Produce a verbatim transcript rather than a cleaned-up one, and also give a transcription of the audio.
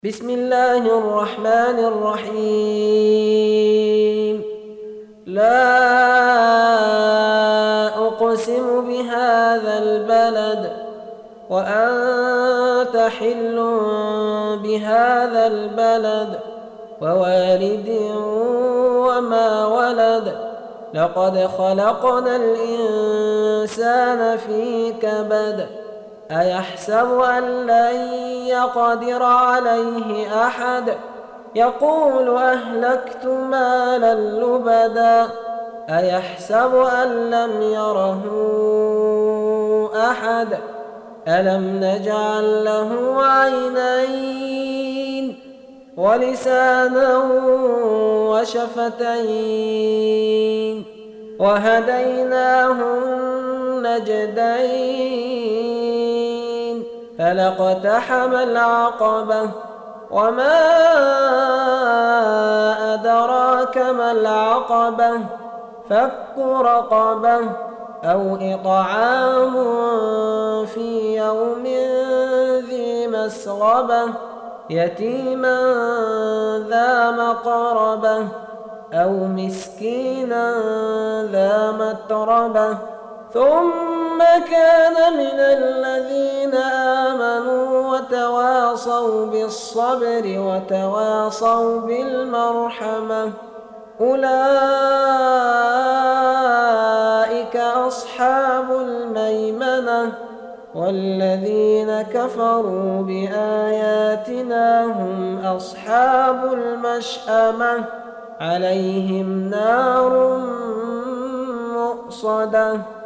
بسم الله الرحمن الرحيم. لا أقسم بهذا البلد وأنت حل بهذا البلد ووالد وما ولد. لقد خلقنا الإنسان في كبد. أيحسب أن لن يقدر عليه أحد. يقول أهلكت مالا لبدا. أيحسب أن لم يره أحد. ألم نجعل له عينين ولسانا وشفتين وهديناه النجدين. فلاقتحم العقبة وما أدراك ما العقبة. فك رقبة أو إطعام في يوم ذي مسغبة يتيما ذا مقربة أو مسكينا ذا متربة. ثم كان من الذين آمنوا وتواصوا بالصبر وتواصوا بالمرحمة أولئك أصحاب الميمنة. والذين كفروا بآياتنا هم أصحاب المشأمة عليهم نار مؤصدة.